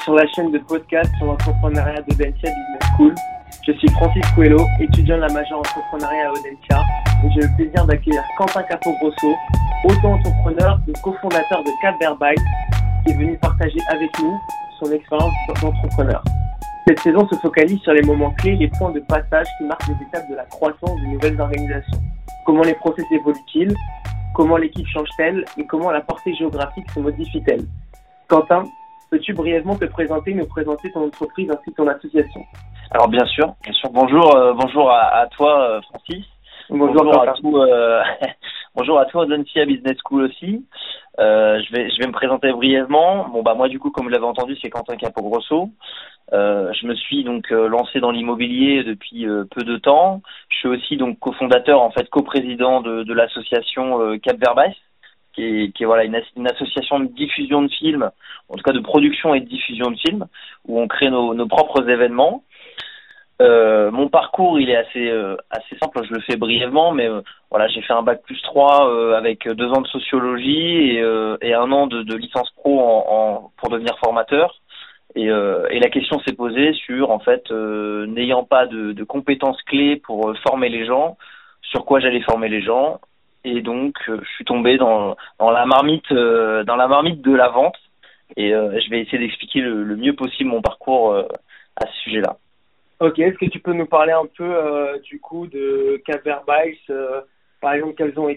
sur la chaîne de podcast sur l'entrepreneuriat d'Audencia Business School. Je suis Francis Coelho, étudiant de la majeure entrepreneuriat à Audencia, et j'ai le plaisir d'accueillir Quentin Capogrosso, auto-entrepreneur et cofondateur de Capverbytes, qui est venu partager avec nous son expérience d'entrepreneur. Cette saison se focalise sur les moments clés, les points de passage qui marquent les étapes de la croissance de nouvelles organisations. Comment les process évoluent-ils? Comment l'équipe change-t-elle? Et comment la portée géographique se modifie-t-elle? Quentin, peux-tu brièvement te présenter, nous présenter ton entreprise ainsi que ton association? Alors bien sûr. Bonjour à toi Francis. Bonjour à tout, bonjour à toi Audencia Business School aussi. Je vais me présenter brièvement. Moi du coup, comme vous l'avez entendu, c'est Quentin Capogrosso. Je me suis donc lancé dans l'immobilier depuis peu de temps. Je suis aussi donc cofondateur, en fait coprésident de l'association Capverbytes, qui est voilà une association de diffusion de films, en tout cas de production et de diffusion de films, où on crée nos propres événements. Mon parcours il est assez simple, je le fais brièvement, mais voilà, j'ai fait un bac+3 avec 2 ans de sociologie et 1 an de licence pro pour devenir formateur. Et la question s'est posée sur, en fait, n'ayant pas de compétences clés pour former les gens, sur quoi j'allais former les gens. Et donc, je suis tombé dans la marmite de la vente. Et je vais essayer d'expliquer le mieux possible mon parcours à ce sujet-là. Ok, est-ce que tu peux nous parler un peu du coup de Capverbytes, par exemple, quels sont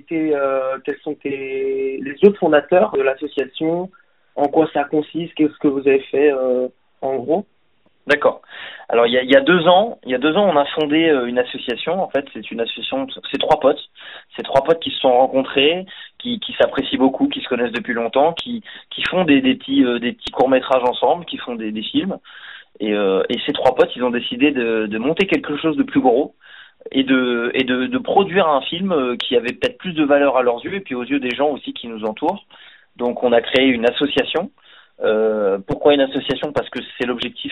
les autres fondateurs de l'association, en quoi ça consiste, qu'est-ce que vous avez fait en gros? D'accord. Alors il y a 2 ans, on a fondé une association. En fait, c'est une association, c'est 3 potes. C'est 3 potes qui se sont rencontrés, qui s'apprécient beaucoup, qui se connaissent depuis longtemps, qui font des petits courts-métrages ensemble, qui font des films. Et ces 3 potes, ils ont décidé de monter quelque chose de plus gros et de produire un film qui avait peut-être plus de valeur à leurs yeux et puis aux yeux des gens aussi qui nous entourent. Donc on a créé une association. Pourquoi une association? Parce que c'est l'objectif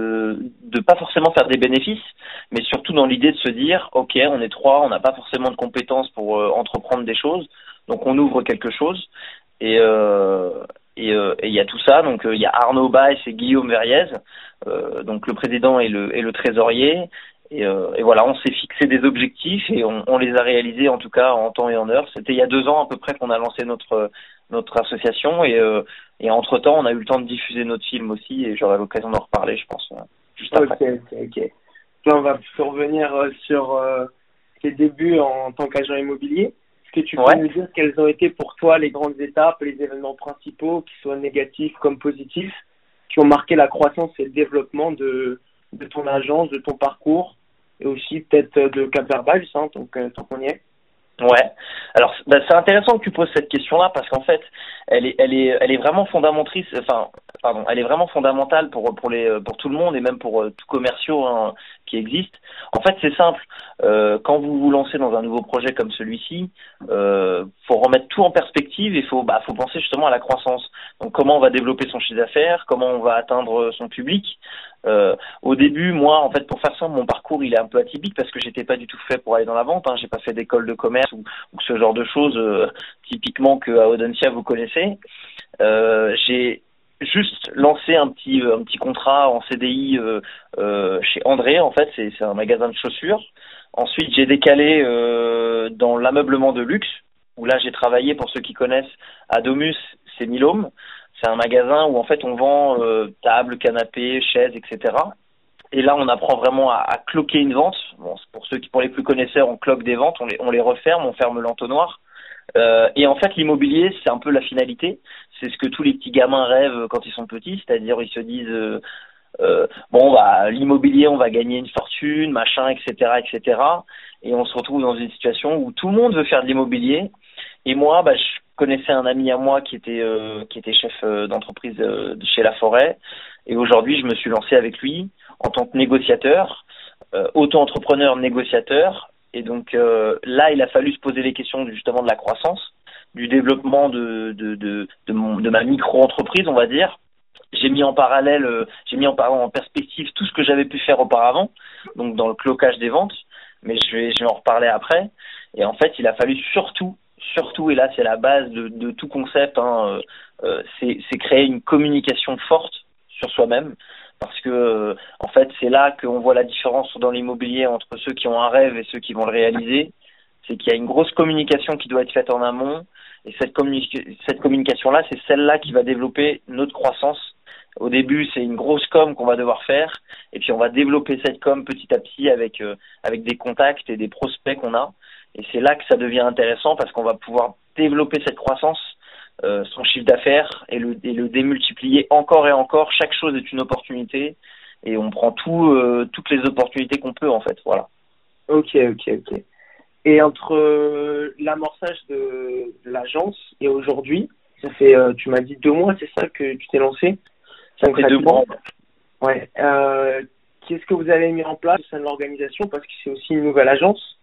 de pas forcément faire des bénéfices, mais surtout dans l'idée de se dire ok, on est 3, on n'a pas forcément de compétences pour entreprendre des choses, donc on ouvre quelque chose. Et il y a tout ça, donc il y a Arnaud Baes et Guillaume Verriez, donc le président et le trésorier. Et voilà, on s'est fixé des objectifs et on les a réalisés, en tout cas en temps et en heure. C'était il y a 2 ans à peu près qu'on a lancé notre association et entre-temps, on a eu le temps de diffuser notre film aussi et j'aurai l'occasion d'en reparler, je pense, juste après. Ok. Là, on va revenir sur tes débuts en tant qu'agent immobilier. Est-ce que tu peux nous dire quelles ont été pour toi les grandes étapes, les événements principaux, qu'ils soient négatifs comme positifs, qui ont marqué la croissance et le développement de ton agence, de ton parcours, et aussi peut-être de Capverbytes, tant qu'on y est? Ouais. Alors, c'est intéressant que tu poses cette question-là parce qu'en fait, elle est vraiment fondamentale. Elle est vraiment fondamentale pour tout le monde et même pour tout commerciaux qui existent. En fait, c'est simple. Quand vous vous lancez dans un nouveau projet comme celui-ci, faut remettre tout en perspective et faut penser justement à la croissance. Donc, comment on va développer son chiffre d'affaires, comment on va atteindre son public. Au début, moi, en fait, pour faire simple, mon parcours il est un peu atypique parce que j'étais pas du tout fait pour aller dans la vente. J'ai pas fait d'école de commerce ou ce genre de choses typiquement que à Audencia vous connaissez. J'ai juste lancé un petit contrat en CDI chez André. En fait, c'est un magasin de chaussures. Ensuite, j'ai décalé dans l'ameublement de luxe où là j'ai travaillé, pour ceux qui connaissent, à Domus, c'est Milhomme. C'est un magasin où en fait on vend tables, canapés, chaises, etc. Et là on apprend vraiment à cloquer une vente. Bon, pour les plus connaisseurs, on cloque des ventes, on les referme, on ferme l'entonnoir. Et en fait l'immobilier c'est un peu la finalité. C'est ce que tous les petits gamins rêvent quand ils sont petits, c'est-à-dire ils se disent l'immobilier on va gagner une fortune, machin, etc., etc. Et on se retrouve dans une situation où tout le monde veut faire de l'immobilier. Et moi, je connaissais un ami à moi qui était chef d'entreprise chez La Forêt. Et aujourd'hui, je me suis lancé avec lui en tant que négociateur, auto-entrepreneur négociateur. Et donc là, il a fallu se poser les questions justement de la croissance, du développement de ma micro-entreprise, on va dire. J'ai mis en perspective tout ce que j'avais pu faire auparavant, donc dans le clocage des ventes. Mais je vais en reparler après. Et en fait, il a fallu surtout, et là c'est la base de tout concept, c'est créer une communication forte sur soi-même, parce que en fait c'est là qu'on voit la différence dans l'immobilier entre ceux qui ont un rêve et ceux qui vont le réaliser. C'est qu'il y a une grosse communication qui doit être faite en amont, et cette communication-là, c'est celle-là qui va développer notre croissance. Au début, c'est une grosse com qu'on va devoir faire, et puis on va développer cette com petit à petit avec des contacts et des prospects qu'on a. Et c'est là que ça devient intéressant parce qu'on va pouvoir développer cette croissance, son chiffre d'affaires et le démultiplier encore et encore. Chaque chose est une opportunité et on prend toutes les opportunités qu'on peut en fait. Voilà. Ok. Et entre l'amorçage de l'agence et aujourd'hui, ça fait, tu m'as dit 2 mois, c'est ça que tu t'es lancé? Ça fait 2 mois. Ouais. Qu'est-ce que vous avez mis en place au sein de l'organisation, parce que c'est aussi une nouvelle agence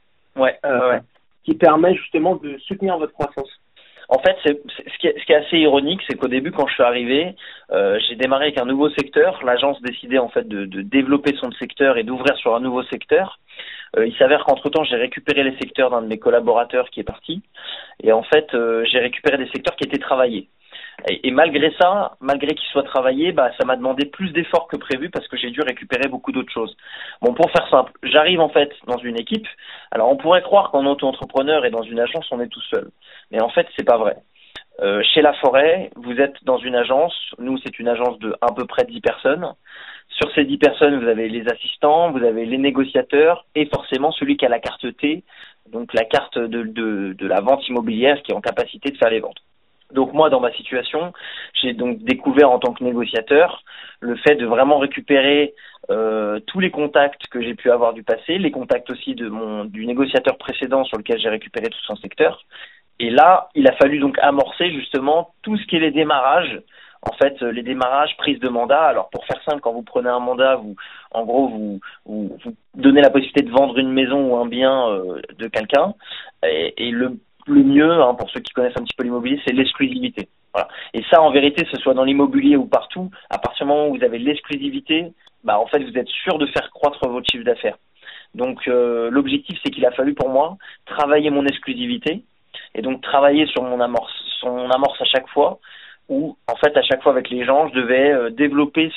qui permet justement de soutenir votre croissance? En fait, ce qui est assez ironique, c'est qu'au début, quand je suis arrivé, j'ai démarré avec un nouveau secteur. L'agence décidait en fait de développer son secteur et d'ouvrir sur un nouveau secteur. Il s'avère qu'entre-temps, j'ai récupéré les secteurs d'un de mes collaborateurs qui est parti. Et en fait, j'ai récupéré des secteurs qui étaient travaillés. Et malgré ça, malgré qu'ils soient travaillés, ça m'a demandé plus d'efforts que prévu parce que j'ai dû récupérer beaucoup d'autres choses. Bon, pour faire simple, j'arrive en fait dans une équipe. Alors, on pourrait croire qu'en auto-entrepreneur et dans une agence, on est tout seul. Mais en fait, c'est pas vrai. Chez La Forêt, vous êtes dans une agence. Nous, c'est une agence de à peu près 10 personnes. Sur ces 10 personnes, vous avez les assistants, vous avez les négociateurs et forcément celui qui a la carte T, donc la carte de la vente immobilière qui est en capacité de faire les ventes. Donc moi, dans ma situation, j'ai donc découvert en tant que négociateur le fait de vraiment récupérer tous les contacts que j'ai pu avoir du passé, les contacts aussi du négociateur précédent sur lequel j'ai récupéré tout son secteur. Et là, il a fallu donc amorcer justement tout ce qui est les démarrages. En fait, les démarrages, prise de mandat. Alors, pour faire simple, quand vous prenez un mandat, vous donnez la possibilité de vendre une maison ou un bien de quelqu'un. Et le mieux, pour ceux qui connaissent un petit peu l'immobilier, c'est l'exclusivité. Voilà. Et ça, en vérité, que ce soit dans l'immobilier ou partout, à partir du moment où vous avez l'exclusivité, en fait, vous êtes sûr de faire croître votre chiffre d'affaires. Donc, l'objectif, c'est qu'il a fallu pour moi travailler mon exclusivité et donc travailler sur son amorce à chaque fois. Où, en fait, à chaque fois avec les gens, je devais développer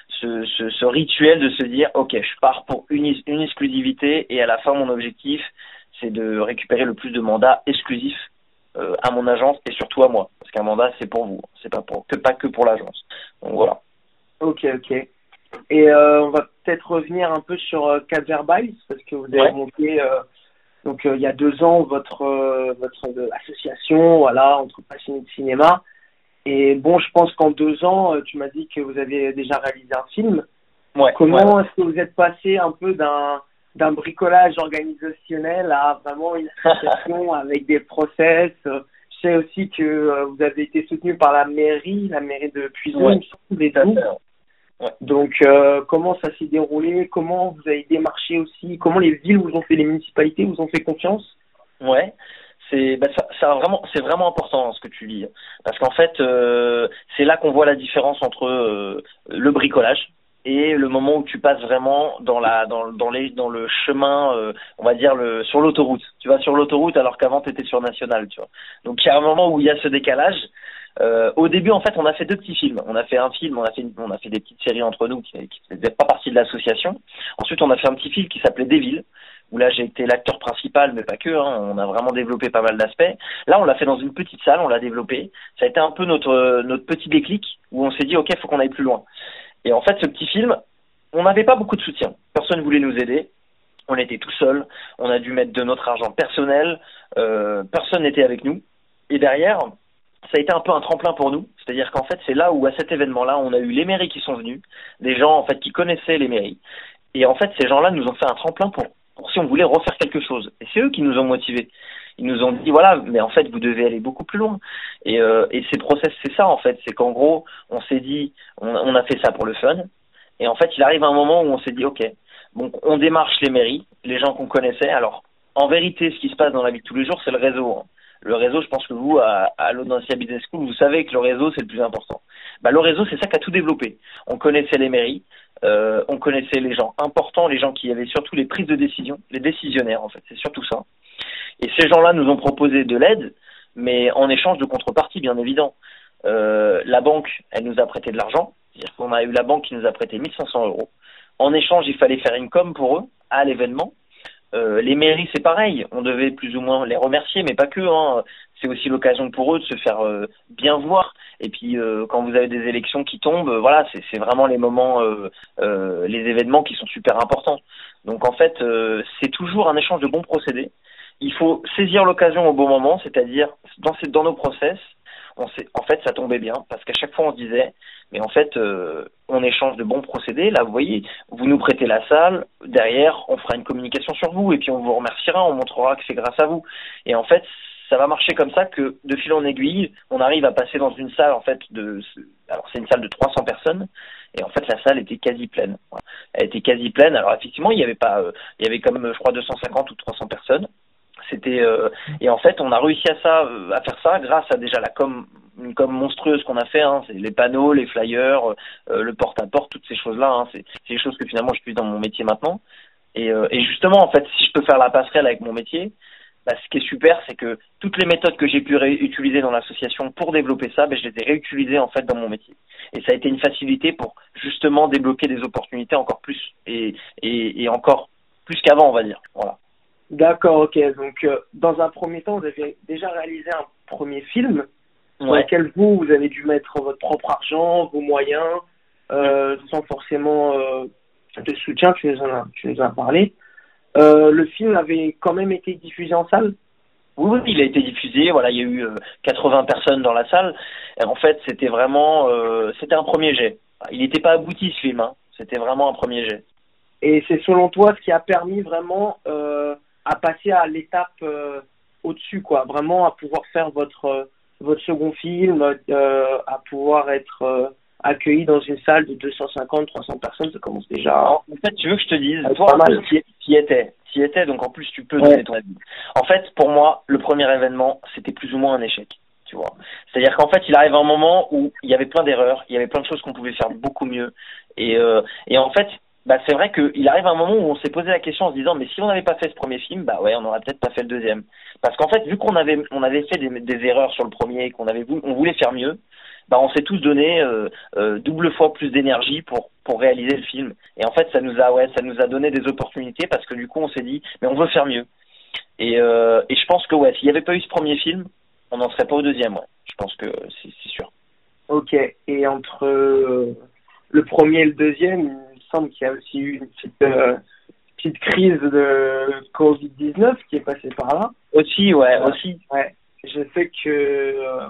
ce rituel de se dire, ok, je pars pour une exclusivité et à la fin, mon objectif, c'est de récupérer le plus de mandats exclusifs à mon agence et surtout à moi. Parce qu'un mandat, c'est pour vous, c'est pas que pour l'agence. Donc voilà. Ok. Et on va peut-être revenir un peu sur Cadverbiles, parce que vous avez monté donc il y a 2 ans votre association, voilà, entre passionnés de cinéma. Et bon, je pense qu'en 2 ans, tu m'as dit que vous avez déjà réalisé un film. Comment est-ce que vous êtes passé un peu d'un bricolage organisationnel à vraiment une association avec des process? Je sais aussi que vous avez été soutenu par la mairie de Puiseaux, les deux. Donc, comment ça s'est déroulé? Comment vous avez démarché aussi? Comment les villes vous ont fait, les municipalités vous ont fait confiance? C'est vraiment important ce que tu dis, parce qu'en fait c'est là qu'on voit la différence entre le bricolage et le moment où tu passes vraiment dans le chemin, on va dire sur l'autoroute. Tu vas sur l'autoroute alors qu'avant tu étais sur National, tu vois. Donc il y a un moment où il y a ce décalage. Au début, en fait, on a fait 2 petits films. On a fait un film, on a fait des petites séries entre nous qui faisaient pas partie de l'association. Ensuite, on a fait un petit film qui s'appelait Des Villes, où là, j'ai été l'acteur principal, mais pas que. On a vraiment développé pas mal d'aspects. Là, on l'a fait dans une petite salle, on l'a développé. Ça a été un peu notre petit déclic, où on s'est dit, OK, faut qu'on aille plus loin. Et en fait, ce petit film, on n'avait pas beaucoup de soutien. Personne voulait nous aider. On était tout seul. On a dû mettre de notre argent personnel. Personne n'était avec nous. Et derrière, ça a été un peu un tremplin pour nous. C'est-à-dire qu'en fait, c'est là où, à cet événement-là, on a eu les mairies qui sont venus, des gens, en fait, qui connaissaient les mairies. Et en fait, ces gens-là nous ont fait un tremplin pour si on voulait refaire quelque chose. Et c'est eux qui nous ont motivés. Ils nous ont dit, voilà, mais en fait, vous devez aller beaucoup plus loin. Et ces process, c'est ça, en fait. C'est qu'en gros, on s'est dit, on a fait ça pour le fun. Et en fait, il arrive un moment où on s'est dit, OK, bon, on démarche les mairies, les gens qu'on connaissait. Alors, en vérité, ce qui se passe dans la vie de tous les jours, c'est le réseau. Le réseau, je pense que vous, à l'Audencia Business School, vous savez que le réseau, c'est le plus important. Le réseau, c'est ça qui a tout développé. On connaissait les mairies, on connaissait les gens importants, les gens qui avaient surtout les prises de décision, les décisionnaires, en fait, c'est surtout ça. Et ces gens-là nous ont proposé de l'aide, mais en échange de contrepartie, bien évident. La banque, elle nous a prêté de l'argent, C'est-à-dire qu'on a eu la banque qui nous a prêté 1500 euros. En échange, il fallait faire une com pour eux à l'événement. Les mairies, c'est pareil. On devait plus ou moins les remercier, mais pas que. Hein. C'est aussi l'occasion pour eux de se faire bien voir. Et puis, quand vous avez des élections qui tombent, voilà, c'est vraiment les moments, les événements qui sont super importants. Donc, en fait, c'est toujours un échange de bons procédés. Il faut saisir l'occasion au bon moment, c'est-à-dire dans nos process. En fait, ça tombait bien parce qu'à chaque fois, on se disait, mais en fait, on échange de bons procédés. Là, vous voyez, vous nous prêtez la salle. Derrière, on fera une communication sur vous et puis on vous remerciera. On montrera que c'est grâce à vous. Et en fait, ça va marcher comme ça que de fil en aiguille, on arrive à passer dans une salle en fait alors c'est une salle de 300 personnes et en fait la salle était quasi pleine. Voilà. Elle était quasi pleine. Alors effectivement, il y avait comme je crois 250 ou 300 personnes. Et en fait on a réussi à faire ça grâce à déjà une com monstrueuse qu'on a fait, hein. C'est les panneaux, les flyers, le porte-à-porte, toutes ces choses là, hein. C'est des choses que finalement je suis dans mon métier maintenant et justement en fait si je peux faire la passerelle avec mon métier, bah, ce qui est super c'est que toutes les méthodes que j'ai pu utiliser dans l'association pour développer ça, je les ai réutilisées en fait dans mon métier et ça a été une facilité pour justement débloquer des opportunités encore plus et encore plus qu'avant, on va dire. Voilà. D'accord, ok. Donc, dans un premier temps, vous avez déjà réalisé un premier film sur lequel vous avez dû mettre votre propre argent, vos moyens, sans forcément de soutien, tu nous en as parlé. Le film avait quand même été diffusé en salle? Oui, il a été diffusé. Voilà, il y a eu 80 personnes dans la salle. Et en fait, c'était vraiment, c'était un premier jet. Il n'était pas abouti ce film, hein. C'était vraiment un premier jet. Et c'est selon toi ce qui a permis vraiment à passer à l'étape au-dessus, quoi. Vraiment à pouvoir faire votre second film, à pouvoir être accueilli dans une salle de 250-300 personnes, ça commence déjà. En fait, tu veux que je te dise, toi, tu y étais, donc en plus tu peux donner ton avis. En fait, pour moi, le premier événement, c'était plus ou moins un échec, tu vois. C'est-à-dire qu'en fait, il arrive un moment où il y avait plein d'erreurs, il y avait plein de choses qu'on pouvait faire beaucoup mieux, et en fait, bah c'est vrai qu'il arrive un moment où on s'est posé la question en se disant mais si on n'avait pas fait ce premier film, bah ouais, on n'aurait peut-être pas fait le deuxième. Parce qu'en fait, vu qu'on avait fait des erreurs sur le premier et on voulait faire mieux, bah on s'est tous donné double fois plus d'énergie pour réaliser le film. Et en fait, ça nous a donné des opportunités parce que du coup, on s'est dit mais on veut faire mieux. Et je pense que s'il n'y avait pas eu ce premier film, on n'en serait pas au deuxième. Ouais. Je pense que c'est sûr. Ok. Et entre le premier et le deuxième, il me semble qu'il y a aussi eu une petite crise de Covid-19 qui est passée par là. Aussi, aussi. Ouais. Je sais que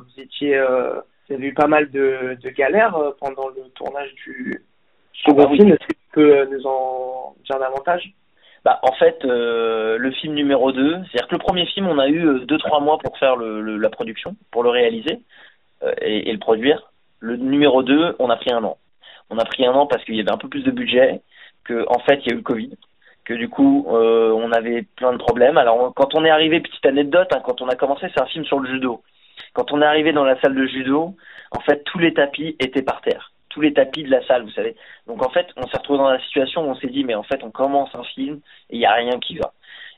vous avez eu pas mal de galères pendant le tournage du second film. Est-ce que tu peux nous en dire davantage? Bah, en fait, le film numéro 2, c'est-à-dire que le premier film, on a eu 2-3 mois pour faire la production, pour le réaliser et le produire. Le numéro 2, on a pris 1 an. On a pris 1 an parce qu'il y avait un peu plus de budget, que en fait il y a eu le Covid, que du coup on avait plein de problèmes. Alors quand on est arrivé, petite anecdote, hein, quand on a commencé, c'est un film sur le judo. Quand on est arrivé dans la salle de judo, en fait tous les tapis étaient par terre, tous les tapis de la salle, vous savez. Donc en fait on s'est retrouvé dans la situation où on s'est dit mais en fait on commence un film et il y a rien qui va.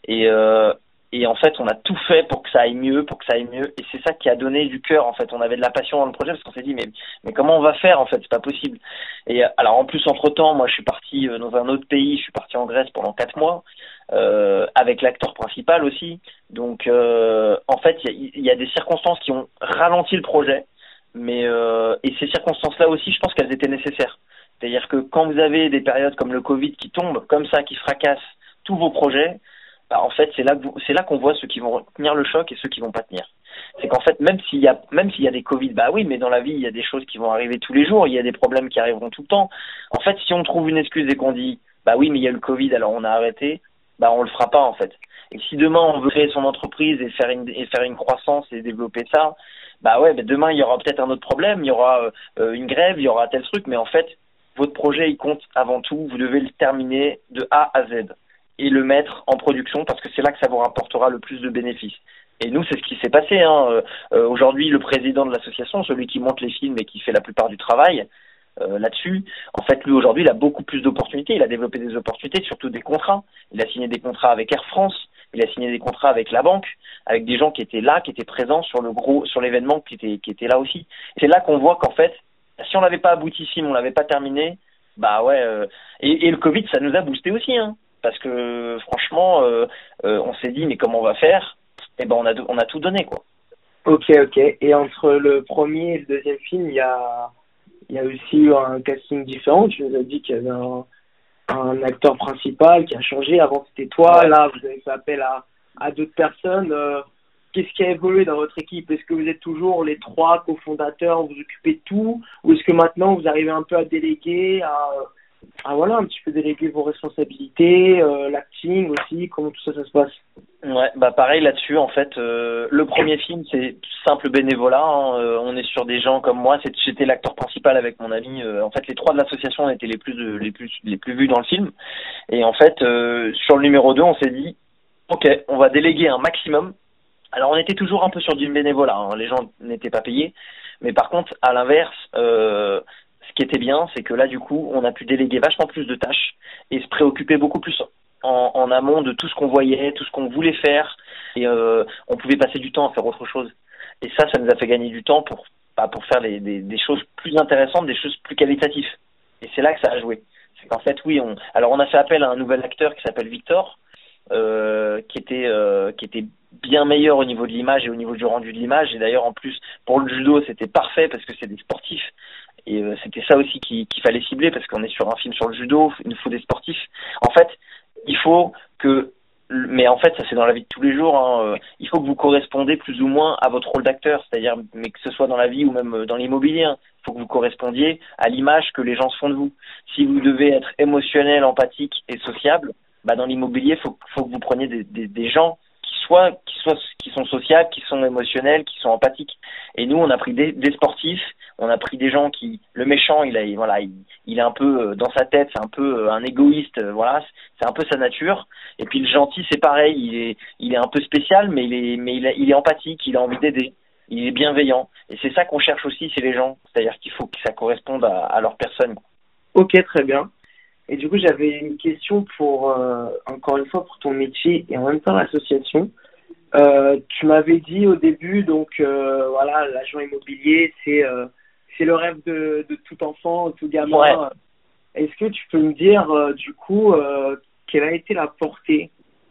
Et en fait, on a tout fait pour que ça aille mieux, Et c'est ça qui a donné du cœur, en fait. On avait de la passion dans le projet parce qu'on s'est dit, mais comment on va faire, en fait? C'est pas possible. Et alors, en plus, entre-temps, moi, je suis parti dans un autre pays. Je suis parti en Grèce pendant 4 mois, avec l'acteur principal aussi. Donc, en fait, il y a des circonstances qui ont ralenti le projet. Et ces circonstances-là aussi, je pense qu'elles étaient nécessaires. C'est-à-dire que quand vous avez des périodes comme le Covid qui tombent, comme ça, qui fracassent tous vos projets, bah en fait c'est là qu'on voit ceux qui vont tenir le choc et ceux qui vont pas tenir. C'est qu'en fait même s'il y a des Covid, bah oui, mais dans la vie il y a des choses qui vont arriver tous les jours, il y a des problèmes qui arriveront tout le temps. En fait, si on trouve une excuse et qu'on dit bah oui mais il y a eu le Covid alors on a arrêté, bah on le fera pas en fait. Et si demain on veut créer son entreprise et faire une croissance et développer ça, bah ouais, demain il y aura peut-être un autre problème, il y aura une grève, il y aura tel truc, mais en fait votre projet il compte avant tout, vous devez le terminer de A à Z et le mettre en production parce que c'est là que ça vous rapportera le plus de bénéfices. Et nous, c'est ce qui s'est passé. Aujourd'hui, le président de l'association, celui qui monte les films et qui fait la plupart du travail là-dessus, en fait, lui, aujourd'hui, il a beaucoup plus d'opportunités. Il a développé des opportunités, surtout des contrats. Il a signé des contrats avec Air France, il a signé des contrats avec la banque, avec des gens qui étaient là, qui étaient présents sur l'événement, qui étaient là aussi. Et c'est là qu'on voit qu'en fait, Si on l'avait pas abouti, si on l'avait pas terminé, bah ouais. Et le Covid, ça nous a boosté aussi, hein, parce que franchement, on s'est dit mais comment on va faire? Et ben on a tout donné, quoi. Ok, ok. Et entre le premier et le deuxième film, il y a aussi eu un casting différent. Tu nous as dit qu'il y avait un acteur principal qui a changé. Avant, c'était toi. Ouais. Là, vous avez fait appel à d'autres personnes. Qu'est-ce qui a évolué dans votre équipe? Est-ce que vous êtes toujours les trois cofondateurs, vous occupez de tout? Ou est-ce que maintenant, vous arrivez un peu à déléguer, voilà, un petit peu déléguer vos responsabilités, l'acting aussi? Comment tout ça, ça se passe? Ouais, bah pareil là-dessus en fait. Le premier film c'est simple bénévolat, hein, on est sur des gens comme moi. J'étais l'acteur principal avec mon ami. En fait, les trois de l'association étaient les plus vus dans le film. Et en fait, sur le numéro 2 on s'est dit, ok, on va déléguer un maximum. Alors on était toujours un peu sur du bénévolat, hein, les gens n'étaient pas payés. Mais par contre, à l'inverse, ce qui était bien, c'est que là du coup, on a pu déléguer vachement plus de tâches et se préoccuper beaucoup plus en amont de tout ce qu'on voyait, tout ce qu'on voulait faire, et on pouvait passer du temps à faire autre chose. Et ça nous a fait gagner du temps pour faire des choses plus intéressantes, des choses plus qualitatives. Et c'est là que ça a joué. C'est qu'en fait, oui, on a fait appel à un nouvel acteur qui s'appelle Victor, qui était bien meilleur au niveau de l'image et au niveau du rendu de l'image. Et d'ailleurs, en plus, pour le judo, c'était parfait parce que c'est des sportifs. Et c'était ça aussi qu'il fallait cibler, parce qu'on est sur un film sur le judo, il nous faut des sportifs. En fait, il faut que, mais en fait ça c'est dans la vie de tous les jours, hein, il faut que vous correspondez plus ou moins à votre rôle d'acteur, c'est-à-dire, mais que ce soit dans la vie ou même dans l'immobilier, hein, il faut que vous correspondiez à l'image que les gens se font de vous. Si vous devez être émotionnel, empathique et sociable, bah dans l'immobilier, faut que vous preniez des gens qui sont sociables, qui sont émotionnels, qui sont empathiques. Et nous, on a pris des sportifs, on a pris des gens qui, le méchant, il est un peu dans sa tête, c'est un peu un égoïste, voilà, c'est un peu sa nature. Et puis le gentil, c'est pareil, il est un peu spécial, mais il est empathique, il a envie d'aider, il est bienveillant. Et c'est ça qu'on cherche aussi, c'est les gens. C'est-à-dire qu'il faut que ça corresponde à leur personne. Ok, très bien. Et du coup, j'avais une question encore une fois, pour ton métier et en même temps l'association. Tu m'avais dit au début, donc voilà, l'agent immobilier, c'est le rêve de tout enfant, tout gamin. Ouais. Est-ce que tu peux me dire, du coup, quelle a été la portée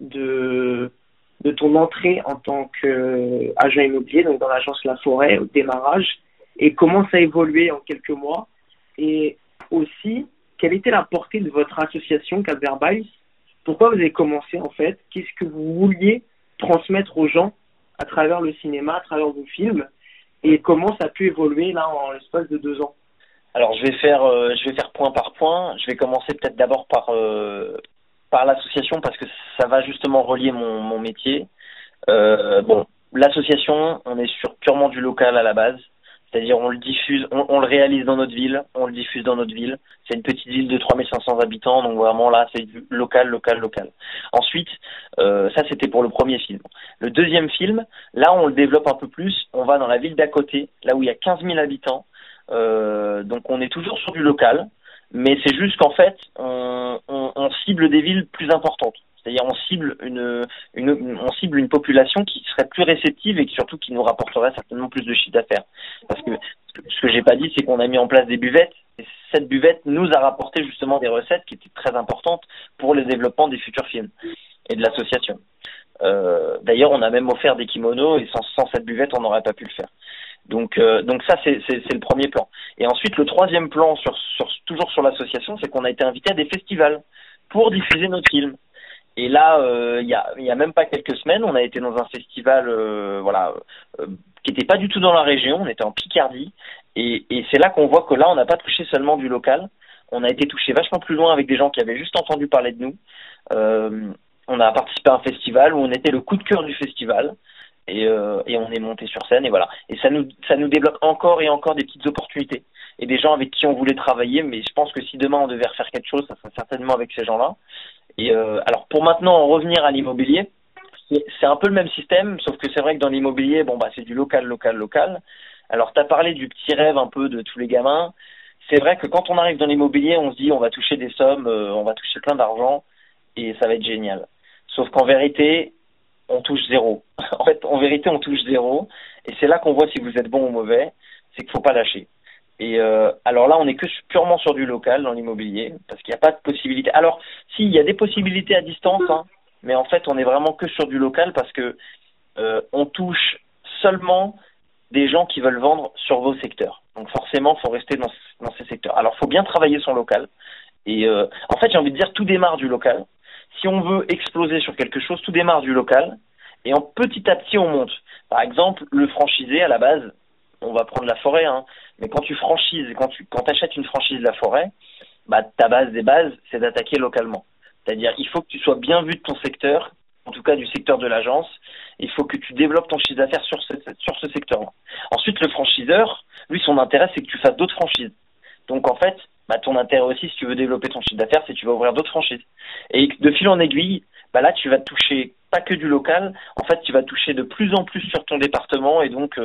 de ton entrée en tant qu'agent immobilier, donc dans l'agence La Forêt, au démarrage, et comment ça a évolué en quelques mois? Et aussi, quelle était la portée de votre association Cap Verbaïs? Pourquoi vous avez commencé en fait? Qu'est-ce que vous vouliez transmettre aux gens à travers le cinéma, à travers vos films? Et comment ça a pu évoluer là en l'espace de 2 ans? Alors je vais faire point par point. Je vais commencer peut-être d'abord par l'association, parce que ça va justement relier mon métier. Bon, l'association, on est sur purement du local à la base. C'est-à-dire on le diffuse, on le réalise dans notre ville, on le diffuse dans notre ville. C'est une petite ville de 3500 habitants, donc vraiment là c'est du local. Ensuite, ça c'était pour le premier film. Le deuxième film, là on le développe un peu plus, on va dans la ville d'à côté, là où il y a 15 000 habitants. Donc on est toujours sur du local, mais c'est juste qu'en fait on cible des villes plus importantes. C'est-à-dire on cible une population qui serait plus réceptive et surtout qui nous rapporterait certainement plus de chiffre d'affaires. Parce que ce que j'ai pas dit, c'est qu'on a mis en place des buvettes. Et cette buvette nous a rapporté justement des recettes qui étaient très importantes pour le développement des futurs films et de l'association. D'ailleurs, on a même offert des kimonos, et sans cette buvette, on n'aurait pas pu le faire. Donc ça, c'est le premier plan. Et ensuite, le troisième plan, toujours sur l'association, c'est qu'on a été invité à des festivals pour diffuser notre film. Et là, il y a même pas quelques semaines, on a été dans un festival, qui était pas du tout dans la région. On était en Picardie, et c'est là qu'on voit que là, on n'a pas touché seulement du local. On a été touché vachement plus loin avec des gens qui avaient juste entendu parler de nous. On a participé à un festival où on était le coup de cœur du festival, et on est monté sur scène, et voilà. Et ça nous débloque encore et encore des petites opportunités et des gens avec qui on voulait travailler. Mais je pense que si demain on devait refaire quelque chose, ça serait certainement avec ces gens-là. Et alors pour maintenant en revenir à l'immobilier, c'est un peu le même système, sauf que c'est vrai que dans l'immobilier, c'est du local. Alors tu as parlé du petit rêve un peu de tous les gamins. C'est vrai que quand on arrive dans l'immobilier, on se dit on va toucher des sommes, on va toucher plein d'argent et ça va être génial. Sauf qu'en vérité, on touche zéro. En vérité, on touche zéro, et c'est là qu'on voit si vous êtes bon ou mauvais. C'est qu'il faut pas lâcher. Et alors là, on est que purement sur du local dans l'immobilier, parce qu'il n'y a pas de possibilité. Alors, si, il y a des possibilités à distance, hein, mais en fait, on est vraiment que sur du local parce que on touche seulement des gens qui veulent vendre sur vos secteurs. Donc forcément, il faut rester dans ces secteurs. Alors, il faut bien travailler son local. Et en fait, j'ai envie de dire, tout démarre du local. Si on veut exploser sur quelque chose, tout démarre du local. Et en petit à petit, on monte. Par exemple, le franchisé, à la base, on va prendre la forêt, hein, mais quand tu franchises, quand achètes une franchise de la forêt, bah, ta base des bases, c'est d'attaquer localement. C'est-à-dire, il faut que tu sois bien vu de ton secteur, en tout cas du secteur de l'agence. Il faut que tu développes ton chiffre d'affaires sur ce secteur-là. Ensuite, le franchiseur, lui, son intérêt, c'est que tu fasses d'autres franchises. Donc, en fait, bah, ton intérêt aussi, si tu veux développer ton chiffre d'affaires, c'est que tu vas ouvrir d'autres franchises. Et de fil en aiguille, bah là, tu vas toucher pas que du local. En fait, tu vas toucher de plus en plus sur ton département et donc,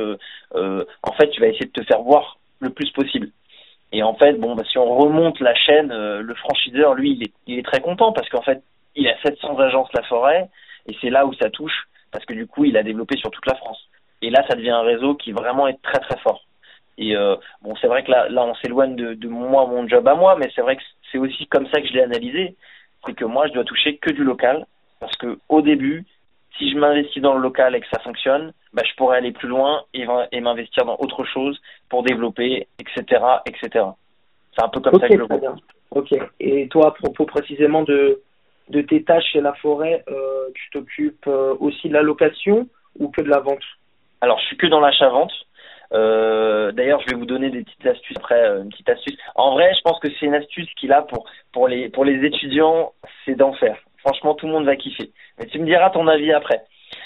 en fait, tu vas essayer de te faire voir le plus possible. Et en fait, bon, bah, si on remonte la chaîne, le franchiseur, lui, il est très content parce qu'en fait, il a 700 agences La Forêt et c'est là où ça touche parce que du coup, il a développé sur toute la France. Et là, ça devient un réseau qui vraiment est très très fort. Et bon, c'est vrai que là on s'éloigne de moi, mon job à moi, mais c'est vrai que c'est aussi comme ça que je l'ai analysé. C'est que moi, je dois toucher que du local parce que au début, si je m'investis dans le local et que ça fonctionne, bah, je pourrais aller plus loin et m'investir dans autre chose pour développer, etc., etc. C'est un peu comme ça que je le vois. Bien. Ok. Et toi, à propos précisément de tes tâches chez La Forêt, tu t'occupes aussi de la location ou que de la vente? Alors, je suis que dans l'achat-vente. D'ailleurs, je vais vous donner des petites astuces après, une petite astuce. En vrai, je pense que c'est une astuce qu'il a pour les étudiants, c'est d'en faire. Franchement, tout le monde va kiffer. Mais tu me diras ton avis après.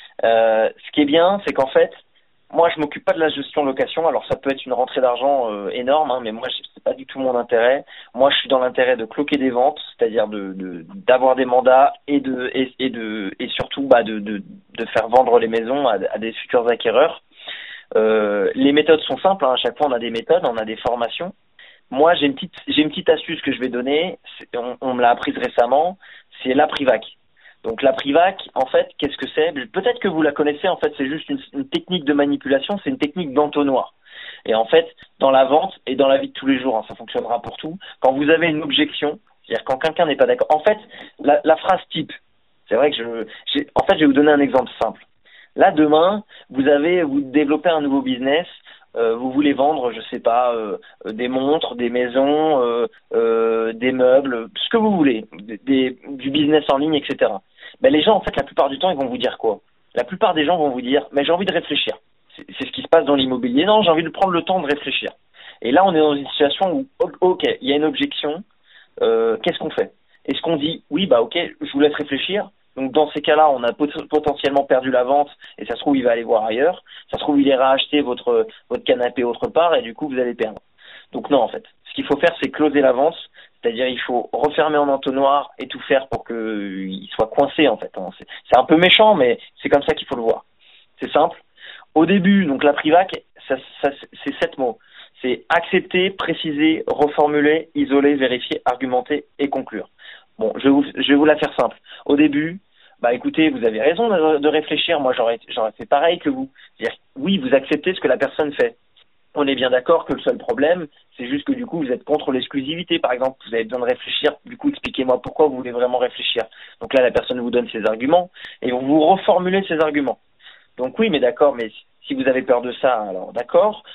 Ce qui est bien, c'est qu'en fait, moi, je m'occupe pas de la gestion location. Alors, ça peut être une rentrée d'argent énorme, hein, mais moi, c'est pas du tout mon intérêt. Moi, je suis dans l'intérêt de cloquer des ventes, c'est-à-dire d'avoir des mandats et surtout de faire vendre les maisons à des futurs acquéreurs. Les méthodes sont simples, hein. À chaque fois, on a des méthodes, on a des formations. Moi, j'ai une petite astuce que je vais donner. On me l'a apprise récemment. C'est la Privac. Donc la Privac, en fait, qu'est-ce que c'est? Peut-être que vous la connaissez. En fait, c'est juste une technique de manipulation. C'est une technique d'entonnoir. Et en fait, dans la vente et dans la vie de tous les jours, hein, ça fonctionnera pour tout. Quand vous avez une objection, c'est-à-dire quand quelqu'un n'est pas d'accord. En fait, la phrase type. C'est vrai que je vais vous donner un exemple simple. Là, demain, vous développez un nouveau business, vous voulez vendre, je sais pas, des montres, des maisons, des meubles, ce que vous voulez, du business en ligne, etc. Ben, les gens, en fait, la plupart du temps, ils vont vous dire quoi? La plupart des gens vont vous dire, mais j'ai envie de réfléchir. C'est ce qui se passe dans l'immobilier. Non, j'ai envie de prendre le temps de réfléchir. Et là, on est dans une situation où, ok, il y a une objection, qu'est-ce qu'on fait? Est-ce qu'on dit, oui, bah ok, je vous laisse réfléchir? Donc dans ces cas-là, on a potentiellement perdu la vente et ça se trouve, il va aller voir ailleurs. Ça se trouve, il ira acheter votre canapé autre part et du coup, vous allez perdre. Donc non, en fait. Ce qu'il faut faire, c'est closer la vente. C'est-à-dire, il faut refermer en entonnoir et tout faire pour qu'il soit coincé, en fait. C'est un peu méchant, mais c'est comme ça qu'il faut le voir. C'est simple. Au début, donc la Privac, c'est 7 mots. C'est accepter, préciser, reformuler, isoler, vérifier, argumenter et conclure. Bon, je vais vous la faire simple. Au début, bah écoutez, vous avez raison de réfléchir. Moi, j'aurais fait pareil que vous. C'est-à-dire, oui, vous acceptez ce que la personne fait. On est bien d'accord que le seul problème, c'est juste que du coup, vous êtes contre l'exclusivité, par exemple. Vous avez besoin de réfléchir. Du coup, expliquez-moi pourquoi vous voulez vraiment réfléchir. Donc là, la personne vous donne ses arguments et vous reformulez ses arguments. Donc oui, mais d'accord, mais si vous avez peur de ça, alors d'accord,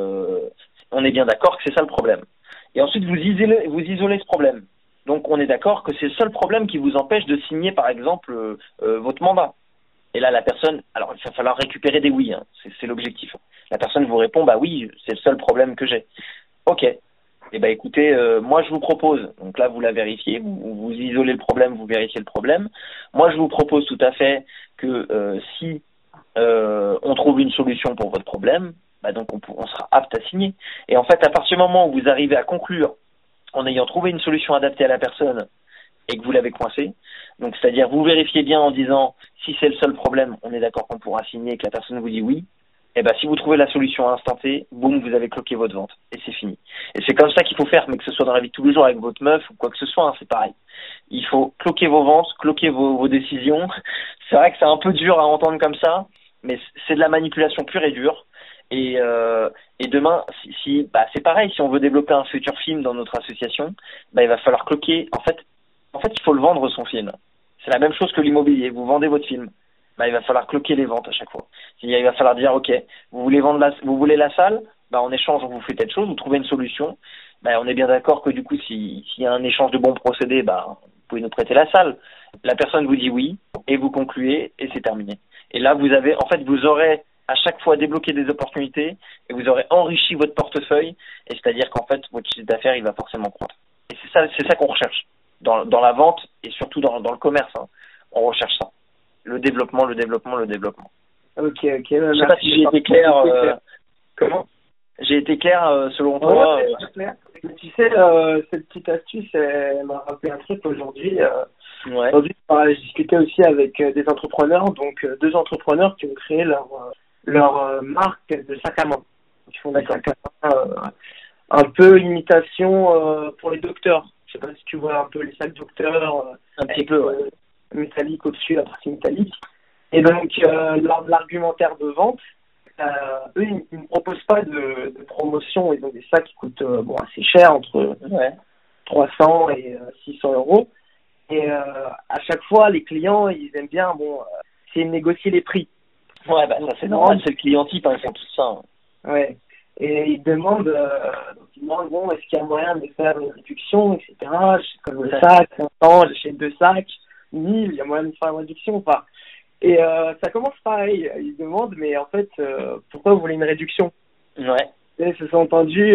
on est bien d'accord que c'est ça le problème. Et ensuite, vous isolez ce problème. Donc on est d'accord que c'est le seul problème qui vous empêche de signer, par exemple, votre mandat. Et là, la personne, alors il va falloir récupérer des oui, hein, c'est l'objectif. La personne vous répond, bah oui, c'est le seul problème que j'ai. Ok. Eh ben écoutez, moi je vous propose, donc là vous la vérifiez, vous isolez le problème, vous vérifiez le problème. Moi je vous propose tout à fait que si on trouve une solution pour votre problème, bah donc on sera apte à signer. Et en fait, à partir du moment où vous arrivez à conclure en ayant trouvé une solution adaptée à la personne et que vous l'avez coincé, donc c'est-à-dire vous vérifiez bien en disant si c'est le seul problème, on est d'accord qu'on pourra signer et que la personne vous dit oui, et ben si vous trouvez la solution à l'instant T, boum, vous avez cloqué votre vente et c'est fini. Et c'est comme ça qu'il faut faire, mais que ce soit dans la vie de tous les jours avec votre meuf ou quoi que ce soit, hein, c'est pareil. Il faut cloquer vos ventes, cloquer vos décisions. C'est vrai que c'est un peu dur à entendre comme ça, mais c'est de la manipulation pure et dure. Et demain, bah, c'est pareil, si on veut développer un futur film dans notre association, bah, il va falloir cloquer. En fait, il faut le vendre son film. C'est la même chose que l'immobilier. Vous vendez votre film. Bah, il va falloir cloquer les ventes à chaque fois. Il va falloir dire, OK, vous voulez la salle? Bah, en échange, on vous fait telle chose, vous trouvez une solution. Bah, on est bien d'accord que du coup, s'il y a un échange de bons procédés, bah, vous pouvez nous prêter la salle. La personne vous dit oui, et vous concluez, et c'est terminé. Et là, vous aurez à chaque fois débloqué des opportunités, et vous aurez enrichi votre portefeuille, et c'est-à-dire qu'en fait, votre chiffre d'affaires, il va forcément croître. Et c'est ça qu'on recherche. Dans la vente, et surtout dans le commerce, hein. On recherche ça. Le développement. Ok. Je sais pas si j'ai été clair. Comment? J'ai été clair selon toi. Ouais, c'est clair. Mais tu sais, cette petite astuce, elle m'a rappelé un truc aujourd'hui. Ouais. Aujourd'hui, je discutais aussi avec des entrepreneurs, donc 2 entrepreneurs qui ont créé leur marque de sac à main. Ils font des sacs à main un peu imitation pour les docteurs. Je sais pas si tu vois un peu les sacs docteurs. Un petit peu, ouais. Métallique au-dessus, la partie métallique. Et donc, l'argumentaire de vente, eux, ils ne proposent pas de promotion. Ils ont des sacs qui coûtent assez cher, entre 300 et 600 euros. Et à chaque fois, les clients, ils aiment bien c'est négocier les prix. Ouais, bah ça c'est normal, c'est le client type, hein, ils font tout ça. Hein. Ouais. Et ils demandent, est-ce qu'il y a moyen de faire une réduction, etc. J'achète comme le sac, 500, j'achète 2 sacs, 1000, il y a moyen de faire une réduction ou pas. Et ça commence pareil, ils demandent, mais en fait, pourquoi vous voulez une réduction? Ouais. Ils se sont entendus,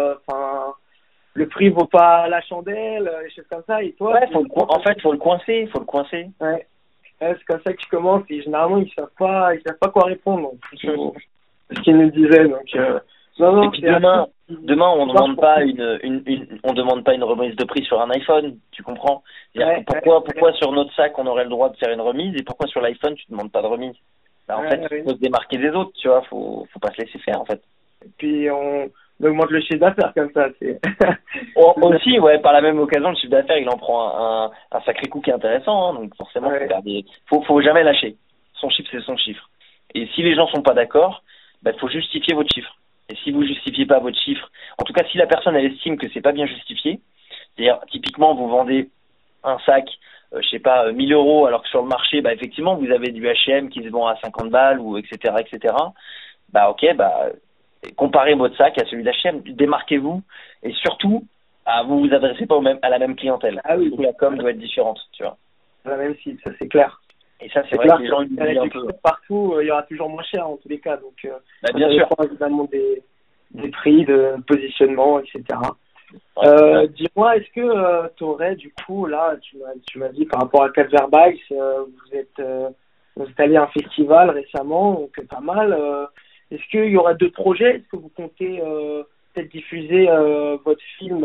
le prix vaut pas la chandelle, des choses comme ça, et toi... Ouais, faut le coincer. Ouais. C'est comme ça que tu commences, et généralement, ils savent pas quoi répondre, donc, ce qu'ils nous disaient, donc... Non, et puis demain, on demande pas on demande pas une remise de prix sur un iPhone, tu comprends? Pourquoi sur notre sac on aurait le droit de faire une remise et pourquoi sur l'iPhone tu demandes pas de remise? Bah, en fait, faut se démarquer des autres, tu vois, faut pas se laisser faire en fait. Et puis on augmente le chiffre d'affaires comme ça, c'est. Aussi, ouais, par la même occasion, le chiffre d'affaires il en prend un sacré coup qui est intéressant, hein, donc forcément faut jamais lâcher. Son chiffre c'est son chiffre. Et si les gens sont pas d'accord, bah faut justifier votre chiffre. Et si vous justifiez pas votre chiffre, en tout cas si la personne elle estime que c'est pas bien justifié, c'est-à-dire typiquement vous vendez un sac, je sais pas, 1000 euros, alors que sur le marché, bah effectivement vous avez du H&M qui se vend à 50 balles ou etc. Bah ok, bah comparez votre sac à celui d'H&M, démarquez-vous et surtout vous adressez pas à la même clientèle. Ah oui. Donc la com doit être différente, tu vois. La même cible, ça c'est clair. Et ça, c'est vrai que les gens oublient un peu. Partout, il y aura toujours moins cher en tous les cas. Donc, bien sûr. Ça dépend évidemment des prix, de positionnement, etc. Dis-moi, est-ce que tu aurais, du coup, là, tu m'as dit par rapport à Capverbaix, vous êtes allé à un festival récemment, donc pas mal. Est-ce qu'il y aura d'autres projets? Est-ce que vous comptez peut-être diffuser votre film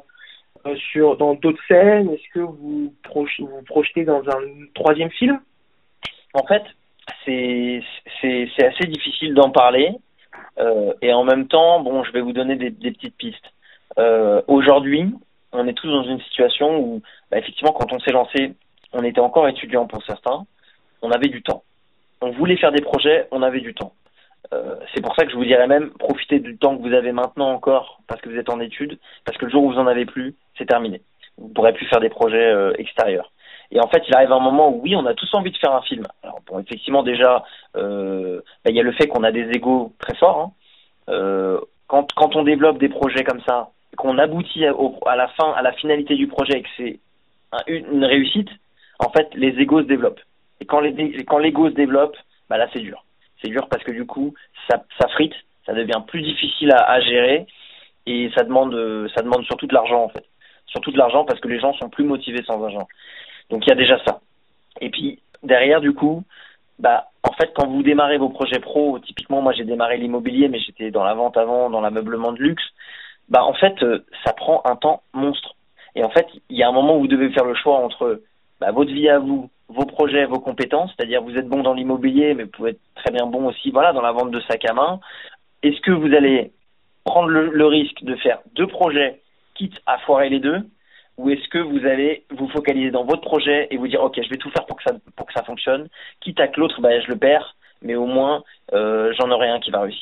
dans d'autres scènes? Est-ce que vous projetez dans un 3e film? En fait, c'est assez difficile d'en parler et en même temps, je vais vous donner des petites pistes. Aujourd'hui, on est tous dans une situation où, effectivement, quand on s'est lancé, on était encore étudiant pour certains, on avait du temps. On voulait faire des projets, on avait du temps. C'est pour ça que je vous dirais même, profitez du temps que vous avez maintenant encore parce que vous êtes en études, parce que le jour où vous en avez plus, c'est terminé. Vous ne pourrez plus faire des projets extérieurs. Et en fait, il arrive un moment où oui, on a tous envie de faire un film. Alors effectivement déjà, il y a le fait qu'on a des égos très forts. Hein. Quand on développe des projets comme ça, qu'on aboutit à la finalité du projet et que c'est une réussite, en fait, les égos se développent. Et quand l'ego se développe, là c'est dur. C'est dur parce que du coup, ça frite, ça devient plus difficile à gérer et ça demande surtout de l'argent en fait. Surtout de l'argent parce que les gens sont plus motivés sans argent. Donc il y a déjà ça. Et puis derrière du coup, en fait quand vous démarrez vos projets pro, typiquement moi j'ai démarré l'immobilier mais j'étais dans la vente avant, dans l'ameublement de luxe, en fait ça prend un temps monstre. Et en fait, il y a un moment où vous devez faire le choix entre votre vie à vous, vos projets, vos compétences, c'est-à-dire vous êtes bon dans l'immobilier mais vous pouvez être très bien bon aussi dans la vente de sacs à main. Est-ce que vous allez prendre le risque de faire 2 projets quitte à foirer les 2? Ou est-ce que vous allez vous focaliser dans votre projet et vous dire ok, je vais tout faire pour que ça fonctionne, quitte à que l'autre je le perds, mais au moins j'en aurai un qui va réussir.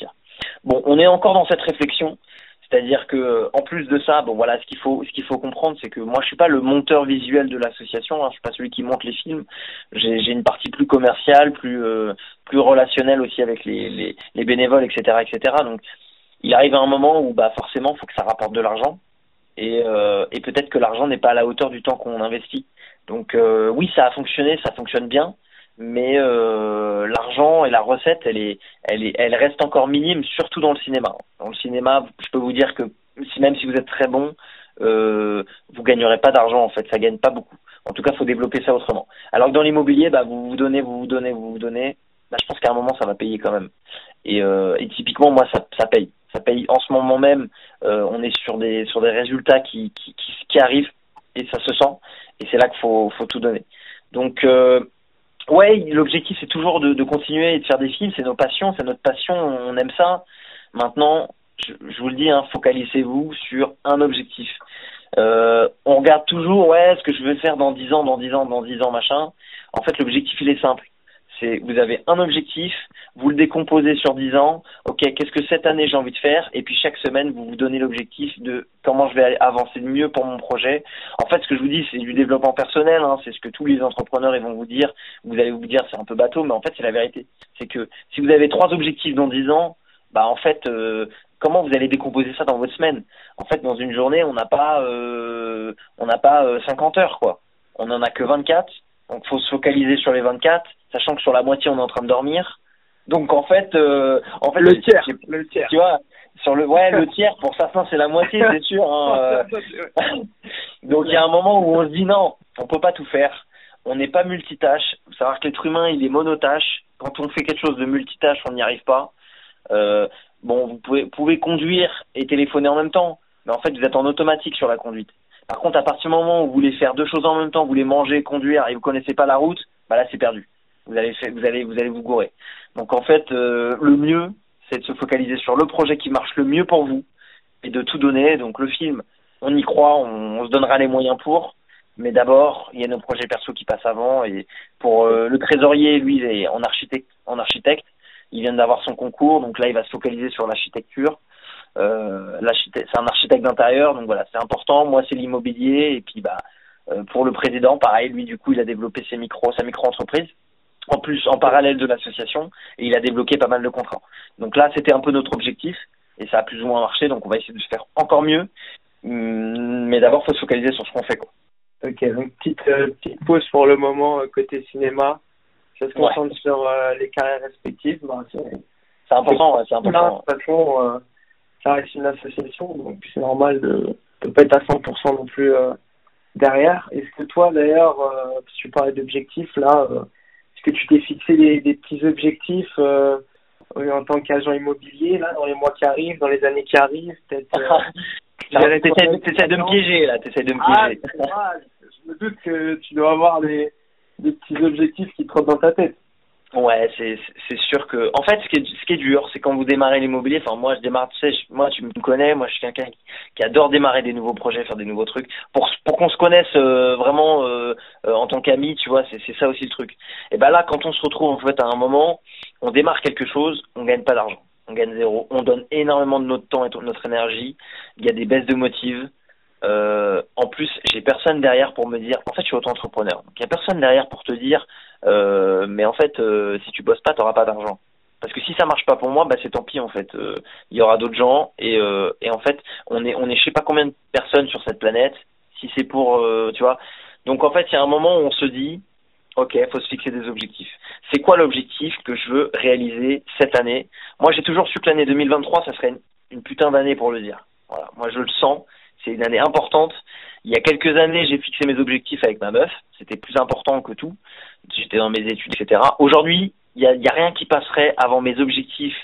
Bon, on est encore dans cette réflexion. C'est-à-dire que, en plus de ça, bon voilà, ce qu'il faut comprendre, c'est que moi, je suis pas le monteur visuel de l'association. Je suis pas celui qui monte les films. J'ai une partie plus commerciale, plus relationnelle aussi avec les bénévoles, etc., etc. Donc, il arrive à un moment où, bah, forcément, il faut que ça rapporte de l'argent. Et peut-être que l'argent n'est pas à la hauteur du temps qu'on investit. Donc, oui, ça a fonctionné, ça fonctionne bien. Mais l'argent et la recette, elle reste encore minime, surtout dans le cinéma. Dans le cinéma, je peux vous dire que même si vous êtes très bon, vous gagnerez pas d'argent en fait, ça gagne pas beaucoup. En tout cas, faut développer ça autrement. Alors que dans l'immobilier, bah vous donnez, bah je pense qu'à un moment ça va payer quand même. Et typiquement moi ça paye en ce moment même. On est sur des résultats qui arrivent et ça se sent. Et c'est là qu'il faut tout donner. Donc ouais, l'objectif c'est toujours de continuer et de faire des films, c'est nos passions, c'est notre passion, on aime ça. Maintenant, je vous le dis, hein, focalisez-vous sur un objectif. On regarde toujours, ouais, ce que je veux faire dans 10 ans, machin. En fait, l'objectif il est simple. C'est vous avez un objectif, vous le décomposez sur 10 ans. Ok, qu'est-ce que cette année j'ai envie de faire? Et puis chaque semaine, vous vous donnez l'objectif de comment je vais avancer de mieux pour mon projet. En fait, ce que je vous dis, c'est du développement personnel. Hein, c'est ce que tous les entrepreneurs ils vont vous dire. Vous allez vous dire, c'est un peu bateau, mais en fait, c'est la vérité. C'est que si vous avez 3 objectifs dans 10 ans, bah en fait, comment vous allez décomposer ça dans votre semaine? En fait, dans une journée, on n'a pas 50 heures, quoi. On en a que 24. Donc, faut se focaliser sur les 24, sachant que sur la moitié, on est en train de dormir. Donc, en fait, le tiers. Tu vois, le tiers, pour certains, c'est la moitié, c'est sûr. Hein, Donc, il y a un moment où on se dit non, on peut pas tout faire. On n'est pas multitâche. Faut savoir que l'être humain, il est monotâche. Quand on fait quelque chose de multitâche, on n'y arrive pas. Bon, vous pouvez conduire et téléphoner en même temps, mais en fait, vous êtes en automatique sur la conduite. Par contre, à partir du moment où vous voulez faire 2 choses en même temps, vous voulez manger, conduire et vous connaissez pas la route, bah là c'est perdu. Vous allez vous gourer. Donc en fait, le mieux, c'est de se focaliser sur le projet qui marche le mieux pour vous et de tout donner. Donc le film, on y croit, on se donnera les moyens pour. Mais d'abord, il y a nos projets perso qui passent avant. Et pour le trésorier, lui, il est en architecte. Il vient d'avoir son concours, donc là il va se focaliser sur l'architecture. C'est un architecte d'intérieur, donc voilà, c'est important. Moi c'est l'immobilier, et puis pour le président, pareil, lui du coup il a développé sa micro-entreprise, en plus en parallèle de l'association, et il a débloqué pas mal de contrats. Donc là c'était un peu notre objectif, et ça a plus ou moins marché, donc on va essayer de faire encore mieux. Mais d'abord faut se focaliser sur ce qu'on fait, quoi. Ok, donc petite pause pour le moment côté cinéma. Ça se concentre sur les carrières respectives. Bah, c'est important, ouais, c'est important. De toute façon, ça reste une association, donc c'est normal de ne pas être à 100% non plus derrière. Est-ce que toi, d'ailleurs, si tu parlais d'objectifs, là, est-ce que tu t'es fixé des petits objectifs en tant qu'agent immobilier, là, dans les mois qui arrivent, dans les années qui arrivent, peut-être t'essaies de me piéger, là, t'essaies de me piéger. Je me doute que tu dois avoir des petits objectifs qui te trottent dans ta tête. Ouais, c'est sûr que, en fait, ce qui est dur, c'est quand vous démarrez l'immobilier. Enfin, moi, je démarre, tu sais, moi, tu me connais, moi, je suis quelqu'un qui adore démarrer des nouveaux projets, faire des nouveaux trucs, pour qu'on se connaisse vraiment en tant qu'amis, tu vois. C'est ça aussi le truc. Et ben là, quand on se retrouve en fait à un moment, on démarre quelque chose, on gagne pas d'argent, on gagne 0, on donne énormément de notre temps et de notre énergie. Il y a des baisses de motive. En plus, j'ai personne derrière pour me dire. En fait, je suis auto-entrepreneur. Donc, il y a personne derrière pour te dire. Mais en fait, si tu bosses pas, t'auras pas d'argent. Parce que si ça marche pas pour moi, bah c'est tant pis en fait. Il y aura d'autres gens et en fait, on est je sais pas combien de personnes sur cette planète. Si c'est pour, tu vois. Donc en fait, il y a un moment où on se dit, ok, faut se fixer des objectifs. C'est quoi l'objectif que je veux réaliser cette année? Moi, j'ai toujours su que l'année 2023, ça serait une putain d'année pour le dire. Voilà, moi je le sens. C'est une année importante. Il y a quelques années, j'ai fixé mes objectifs avec ma meuf. C'était plus important que tout. J'étais dans mes études, etc. Aujourd'hui, il y a rien qui passerait avant mes objectifs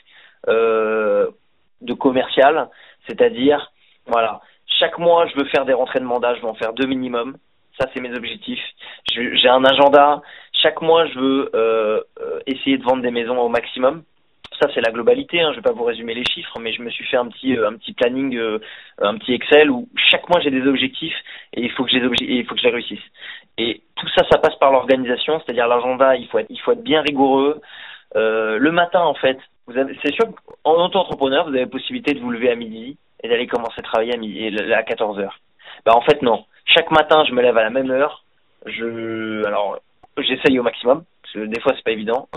de commercial. C'est-à-dire, voilà, chaque mois, je veux faire des rentrées de mandat. Je veux en faire 2 minimum. Ça, c'est mes objectifs. J'ai un agenda. Chaque mois, je veux essayer de vendre des maisons au maximum. Ça, c'est la globalité, hein. Je vais pas vous résumer les chiffres, mais je me suis fait un petit planning, un petit Excel où chaque mois j'ai des objectifs et il faut que je les réussisse. Et tout ça, passe par l'organisation, c'est-à-dire l'agenda, il faut être bien rigoureux. Le matin, en fait, c'est sûr qu'en auto-entrepreneur, vous avez la possibilité de vous lever à midi et d'aller commencer à travailler à 14 heures. Bah, en fait, non. Chaque matin, je me lève à la même heure. Alors, j'essaye au maximum, parce que des fois, c'est pas évident.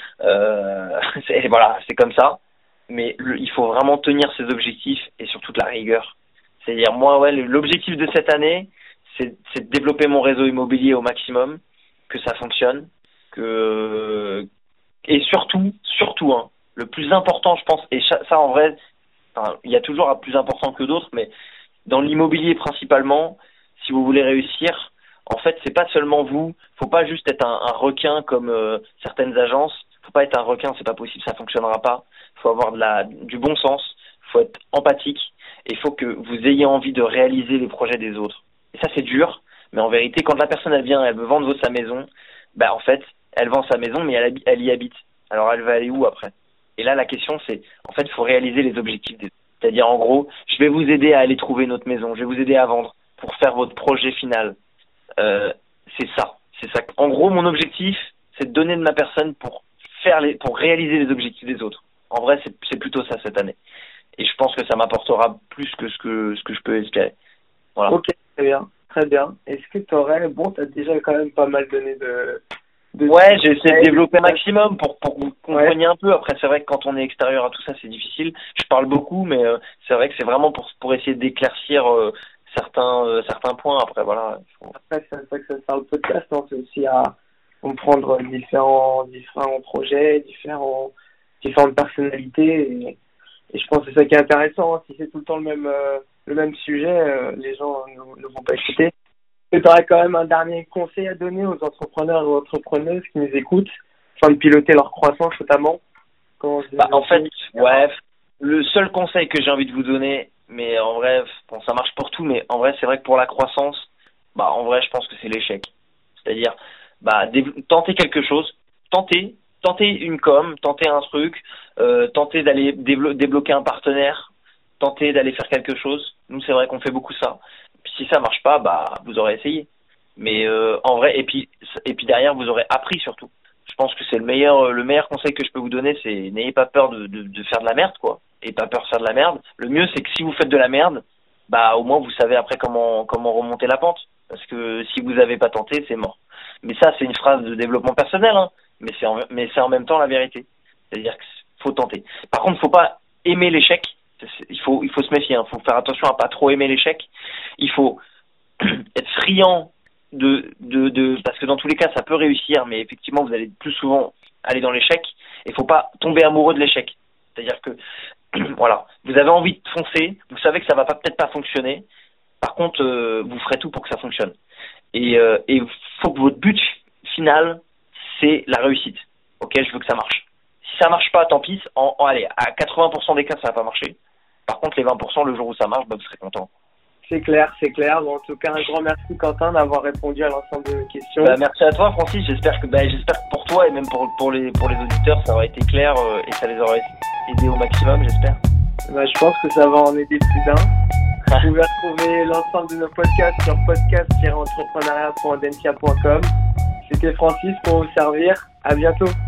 Voilà, c'est comme ça. Mais il faut vraiment tenir ses objectifs et surtout de la rigueur. C'est-à-dire, moi, ouais, l'objectif de cette année, c'est de développer mon réseau immobilier au maximum, que ça fonctionne, et surtout, hein, le plus important, je pense, et ça en vrai, enfin, il y a toujours un plus important que d'autres, mais dans l'immobilier principalement, si vous voulez réussir, en fait, c'est pas seulement vous. Faut pas juste être un requin comme certaines agences. Faut pas être un requin, c'est pas possible, ça fonctionnera pas. Faut avoir du bon sens. Faut être empathique. Et il faut que vous ayez envie de réaliser les projets des autres. Et ça, c'est dur. Mais en vérité, quand la personne elle vient, elle veut vendre sa maison, bah en fait, elle vend sa maison, mais elle y habite. Alors elle va aller où après? Et là, la question, c'est, en fait, il faut réaliser les objectifs des autres. C'est-à-dire, en gros, je vais vous aider à aller trouver notre maison. Je vais vous aider à vendre pour faire votre projet final. C'est ça. En gros, mon objectif, c'est de donner de ma personne pour réaliser les objectifs des autres. En vrai, c'est plutôt ça cette année. Et je pense que ça m'apportera plus que ce que je peux espérer. Voilà. Ok, très bien. Est-ce que t'as déjà quand même pas mal donné de Ouais, j'ai essayé de développer un maximum pour que vous compreniez un peu. Après, c'est vrai que quand on est extérieur à tout ça, c'est difficile. Je parle beaucoup, mais c'est vrai que c'est vraiment pour essayer d'éclaircir certains points. Après, voilà. Après, c'est vrai que ça sert le podcast, hein. C'est aussi à comprendre différents projets, différentes personnalités. Et je pense que c'est ça qui est intéressant, hein. Si c'est tout le temps le même sujet, les gens ne vont pas écouter. Et tu aurais quand même un dernier conseil à donner aux entrepreneurs et aux entrepreneuses qui nous écoutent, afin de piloter leur croissance notamment? En fait, ouais, le seul conseil que j'ai envie de vous donner, mais en vrai, bon, ça marche pour tout, mais en vrai, c'est vrai que pour la croissance, en vrai, je pense que c'est l'échec. C'est-à-dire, tenter quelque chose, tenter une com, tenter un truc, tenter d'aller débloquer un partenaire, tenter d'aller faire quelque chose. Nous, c'est vrai qu'on fait beaucoup ça. Puis si ça marche pas, vous aurez essayé. Mais en vrai, et puis derrière, vous aurez appris surtout. Je pense que c'est le meilleur conseil que je peux vous donner, c'est n'ayez pas peur de faire de la merde, quoi. Et pas peur de faire de la merde. Le mieux, c'est que si vous faites de la merde, au moins vous savez après comment remonter la pente. Parce que si vous avez pas tenté, c'est mort. Mais ça, c'est une phrase de développement personnel, hein. Mais c'est en même temps la vérité. C'est-à-dire qu'il faut tenter. Par contre, faut pas aimer l'échec. Il faut se méfier, hein. Faut faire attention à pas trop aimer l'échec. Il faut être friand parce que dans tous les cas, ça peut réussir, mais effectivement, vous allez plus souvent aller dans l'échec. Et faut pas tomber amoureux de l'échec. C'est-à-dire que, voilà, vous avez envie de foncer, vous savez que ça va peut-être pas fonctionner. Par contre, vous ferez tout pour que ça fonctionne. Et faut que votre but final, c'est la réussite. Ok, je veux que ça marche. Si ça marche pas, tant pis. Allez, à 80% des cas, ça va pas marcher. Par contre, les 20%, le jour où ça marche, vous serez content. C'est clair. Bon, en tout cas, un grand merci, Quentin, d'avoir répondu à l'ensemble de mes questions. Merci à toi, Francis. J'espère que pour toi et même pour les auditeurs, ça aura été clair et ça les aura aidés au maximum, j'espère. Je pense que ça va en aider plus d'un. Vous pouvez retrouver l'ensemble de nos podcasts sur podcast-entrepreneuriat.audencia.com. C'était Francis pour vous servir. À bientôt.